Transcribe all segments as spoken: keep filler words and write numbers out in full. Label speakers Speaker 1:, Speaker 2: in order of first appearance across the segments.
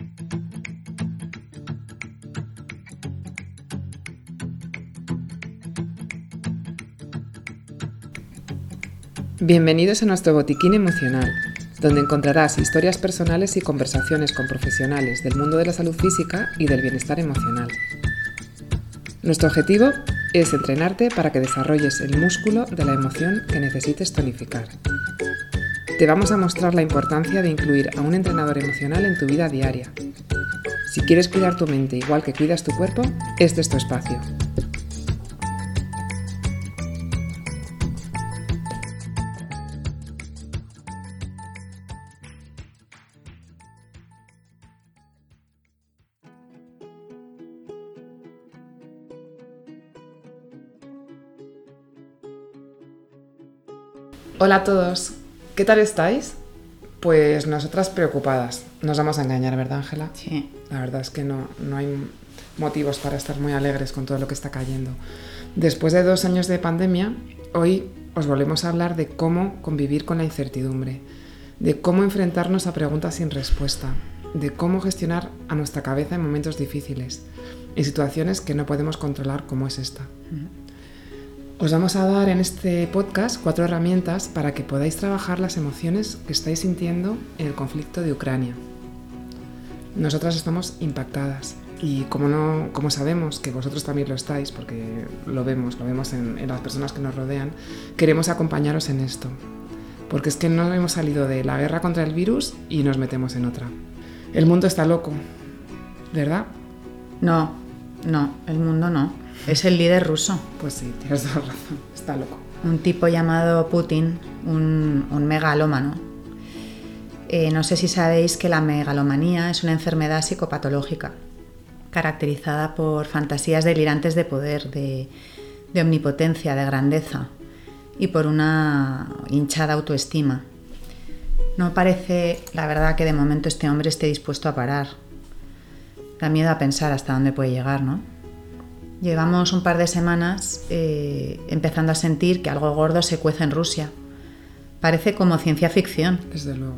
Speaker 1: Bienvenidos a nuestro botiquín emocional, donde encontrarás historias personales y conversaciones con profesionales del mundo de la salud física y del bienestar emocional. Nuestro objetivo es entrenarte para que desarrolles el músculo de la emoción que necesites tonificar. Te vamos a mostrar la importancia de incluir a un entrenador emocional en tu vida diaria. Si quieres cuidar tu mente igual que cuidas tu cuerpo, este es tu espacio. Hola a todos, ¿qué tal estáis? Pues nosotras preocupadas, nos vamos a engañar, ¿verdad, Ángela?
Speaker 2: Sí.
Speaker 1: La verdad es que no, no hay motivos para estar muy alegres con todo lo que está cayendo. Después de dos años de pandemia, hoy os volvemos a hablar de cómo convivir con la incertidumbre, de cómo enfrentarnos a preguntas sin respuesta, de cómo gestionar a nuestra cabeza en momentos difíciles, en situaciones que no podemos controlar como es esta. Uh-huh. Os vamos a dar en este podcast cuatro herramientas para que podáis trabajar las emociones que estáis sintiendo en el conflicto de Ucrania. Nosotras estamos impactadas y como, no, como sabemos que vosotros también lo estáis, porque lo vemos, lo vemos en, en las personas que nos rodean, queremos acompañaros en esto. Porque es que no hemos salido de la guerra contra el virus y nos metemos en otra. El mundo está loco, ¿verdad?
Speaker 2: No, no, el mundo no. Es el líder ruso.
Speaker 1: Pues sí, tienes toda razón, está loco.
Speaker 2: Un tipo llamado Putin, un, un megalómano. Eh, no sé si sabéis que la megalomanía es una enfermedad psicopatológica, caracterizada por fantasías delirantes de poder, de, de omnipotencia, de grandeza y por una hinchada autoestima. No parece, la verdad, que de momento este hombre esté dispuesto a parar. Da miedo a pensar hasta dónde puede llegar, ¿no? Llevamos un par de semanas eh, empezando a sentir que algo gordo se cuece en Rusia. Parece como ciencia ficción.
Speaker 1: Desde luego.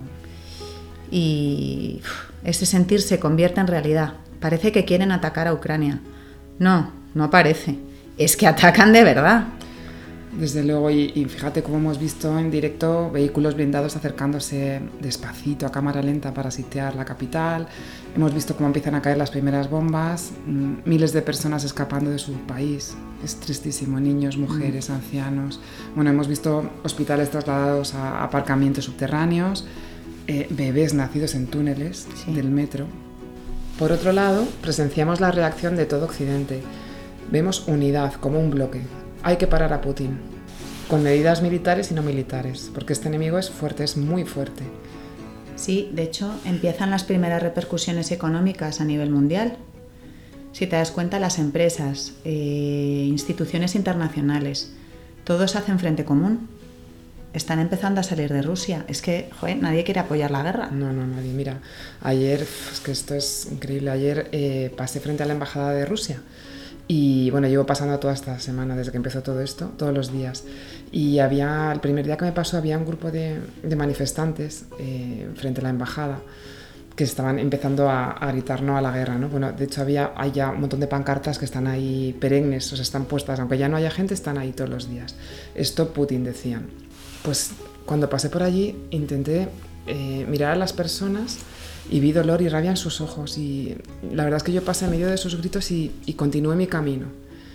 Speaker 2: Y uf, ese sentir se convierte en realidad. Parece que quieren atacar a Ucrania. No, no parece. Es que atacan de verdad.
Speaker 1: Desde luego, y, y fíjate cómo hemos visto en directo vehículos blindados acercándose despacito a cámara lenta para sitiar la capital. Hemos visto cómo empiezan a caer las primeras bombas, mmm, miles de personas escapando de su país. Es tristísimo, niños, mujeres, mm. ancianos. Bueno, hemos visto hospitales trasladados a aparcamientos subterráneos, eh, bebés nacidos en túneles sí. del metro. Por otro lado, presenciamos la reacción de todo Occidente. Vemos unidad como un bloque. Hay que parar a Putin, con medidas militares y no militares, porque este enemigo es fuerte, es muy fuerte.
Speaker 2: Sí, de hecho, empiezan las primeras repercusiones económicas a nivel mundial. Si te das cuenta, las empresas, eh, instituciones internacionales, todos hacen frente común. Están empezando a salir de Rusia. Es que, joder, nadie quiere apoyar la guerra.
Speaker 1: No, no, nadie. Mira, ayer, es que esto es increíble, ayer eh, pasé frente a la embajada de Rusia. Y bueno, llevo pasando toda esta semana, desde que empezó todo esto, todos los días. Y había, el primer día que me pasó, había un grupo de, de manifestantes eh, frente a la embajada que estaban empezando a, a gritar no a la guerra, ¿no? Bueno, de hecho había hay ya un montón de pancartas que están ahí perennes, o sea, están puestas, aunque ya no haya gente, están ahí todos los días. Stop Putin, decían. Pues cuando pasé por allí, intenté eh, mirar a las personas y vi dolor y rabia en sus ojos, y la verdad es que yo pasé en medio de sus gritos y, y continué mi camino.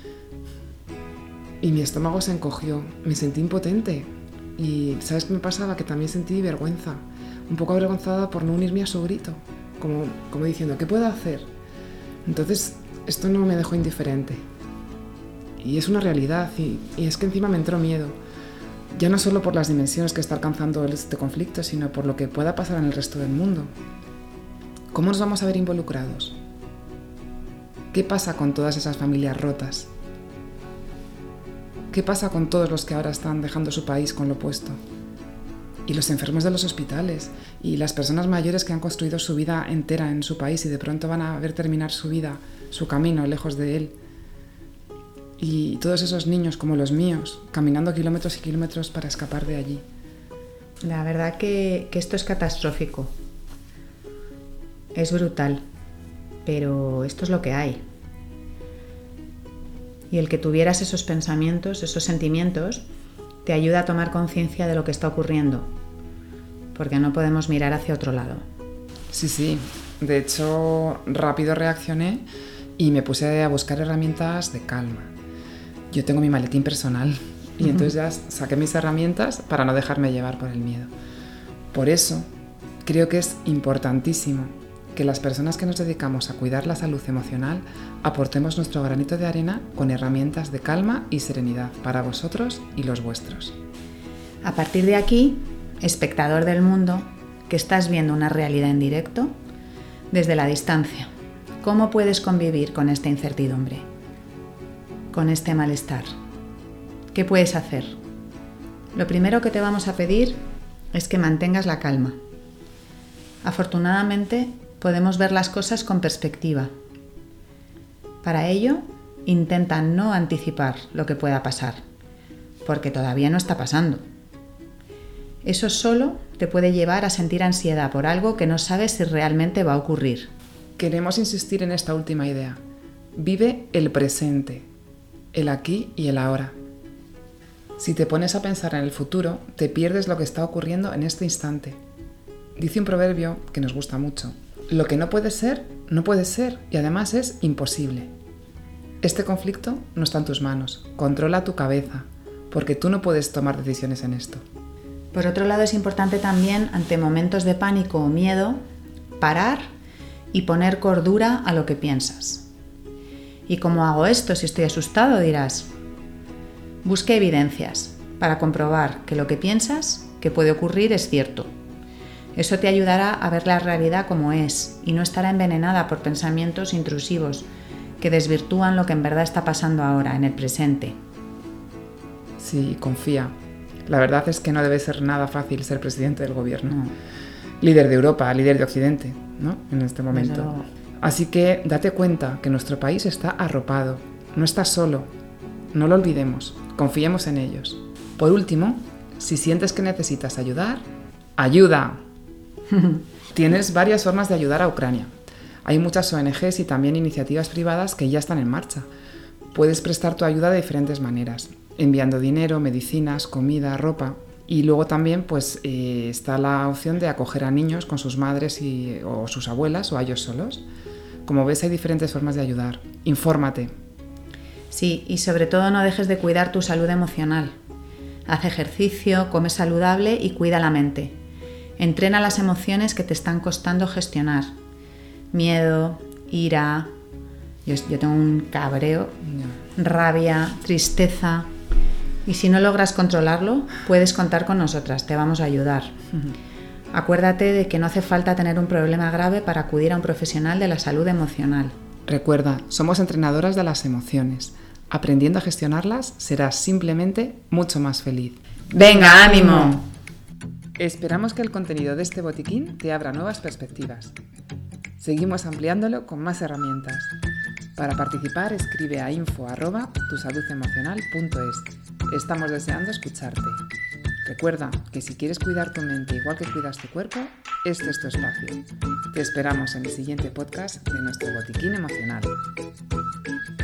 Speaker 1: Y mi estómago se encogió, me sentí impotente. Y ¿sabes qué me pasaba? Que también sentí vergüenza, un poco avergonzada por no unirme a su grito, como, como diciendo, ¿qué puedo hacer? Entonces, esto no me dejó indiferente. Y es una realidad, y, y es que encima me entró miedo. Ya no solo por las dimensiones que está alcanzando este conflicto, sino por lo que pueda pasar en el resto del mundo. ¿Cómo nos vamos a ver involucrados? ¿Qué pasa con todas esas familias rotas? ¿Qué pasa con todos los que ahora están dejando su país con lo opuesto? Y los enfermos de los hospitales, y las personas mayores que han construido su vida entera en su país y de pronto van a ver terminar su vida, su camino lejos de él. Y todos esos niños como los míos, caminando kilómetros y kilómetros para escapar de allí.
Speaker 2: La verdad que, que esto es catastrófico. es brutal, pero esto es lo que hay. Y el que tuvieras esos pensamientos, esos sentimientos, te ayuda a tomar conciencia de lo que está ocurriendo, porque no podemos mirar hacia otro lado.
Speaker 1: Sí, sí. De hecho, rápido reaccioné y me puse a buscar herramientas de calma. Yo tengo mi maletín personal y entonces ya saqué mis herramientas para no dejarme llevar por el miedo. Por eso, creo que es importantísimo que las personas que nos dedicamos a cuidar la salud emocional aportemos nuestro granito de arena con herramientas de calma y serenidad para vosotros y los vuestros.
Speaker 2: A partir de aquí, espectador del mundo, que estás viendo una realidad en directo, desde la distancia, ¿cómo puedes convivir con esta incertidumbre? Con este malestar. ¿Qué puedes hacer? Lo primero que te vamos a pedir es que mantengas la calma. Afortunadamente, podemos ver las cosas con perspectiva. Para ello, intenta no anticipar lo que pueda pasar, porque todavía no está pasando. Eso solo te puede llevar a sentir ansiedad por algo que no sabes si realmente va a ocurrir.
Speaker 1: Queremos insistir en esta última idea. Vive el presente, el aquí y el ahora. Si te pones a pensar en el futuro, te pierdes lo que está ocurriendo en este instante. Dice un proverbio que nos gusta mucho. Lo que no puede ser, no puede ser y además es imposible. Este conflicto no está en tus manos. Controla tu cabeza, porque tú no puedes tomar decisiones en esto.
Speaker 2: Por otro lado, es importante también, ante momentos de pánico o miedo, parar y poner cordura a lo que piensas. ¿Y cómo hago esto si estoy asustado?, dirás. Busque evidencias para comprobar que lo que piensas que puede ocurrir es cierto. Eso te ayudará a ver la realidad como es y no estará envenenada por pensamientos intrusivos que desvirtúan lo que en verdad está pasando ahora, en el presente.
Speaker 1: Sí, confía. La verdad es que no debe ser nada fácil ser presidente del gobierno.
Speaker 2: No.
Speaker 1: Líder de Europa, líder de Occidente, ¿no? En este momento.
Speaker 2: Desde luego.
Speaker 1: Así que date cuenta que nuestro país está arropado. No estás solo. No lo olvidemos. Confiemos en ellos. Por último, si sientes que necesitas ayudar, ¡ayuda! Tienes varias formas de ayudar a Ucrania. Hay muchas O N Ges y también iniciativas privadas que ya están en marcha. Puedes prestar tu ayuda de diferentes maneras, enviando dinero, medicinas, comida, ropa. Y luego también pues, eh, está la opción de acoger a niños con sus madres y, o sus abuelas o a ellos solos. Como ves, hay diferentes formas de ayudar. Infórmate.
Speaker 2: Sí, y sobre todo no dejes de cuidar tu salud emocional. Haz ejercicio, come saludable y cuida la mente. Entrena las emociones que te están costando gestionar. Miedo, ira, yo, yo tengo un cabreo,
Speaker 1: No.
Speaker 2: rabia, tristeza. Y si no logras controlarlo, puedes contar con nosotras, te vamos a ayudar. Uh-huh. Acuérdate de que no hace falta tener un problema grave para acudir a un profesional de la salud emocional.
Speaker 1: Recuerda, somos entrenadoras de las emociones. Aprendiendo a gestionarlas, serás simplemente mucho más feliz.
Speaker 2: ¡Venga, ánimo!
Speaker 1: Esperamos que el contenido de este botiquín te abra nuevas perspectivas. Seguimos ampliándolo con más herramientas. Para participar, escribe a info arroba tu salud emocional punto es. Estamos deseando escucharte. Recuerda que si quieres cuidar tu mente igual que cuidas tu cuerpo, este es tu espacio. Te esperamos en el siguiente podcast de nuestro botiquín emocional.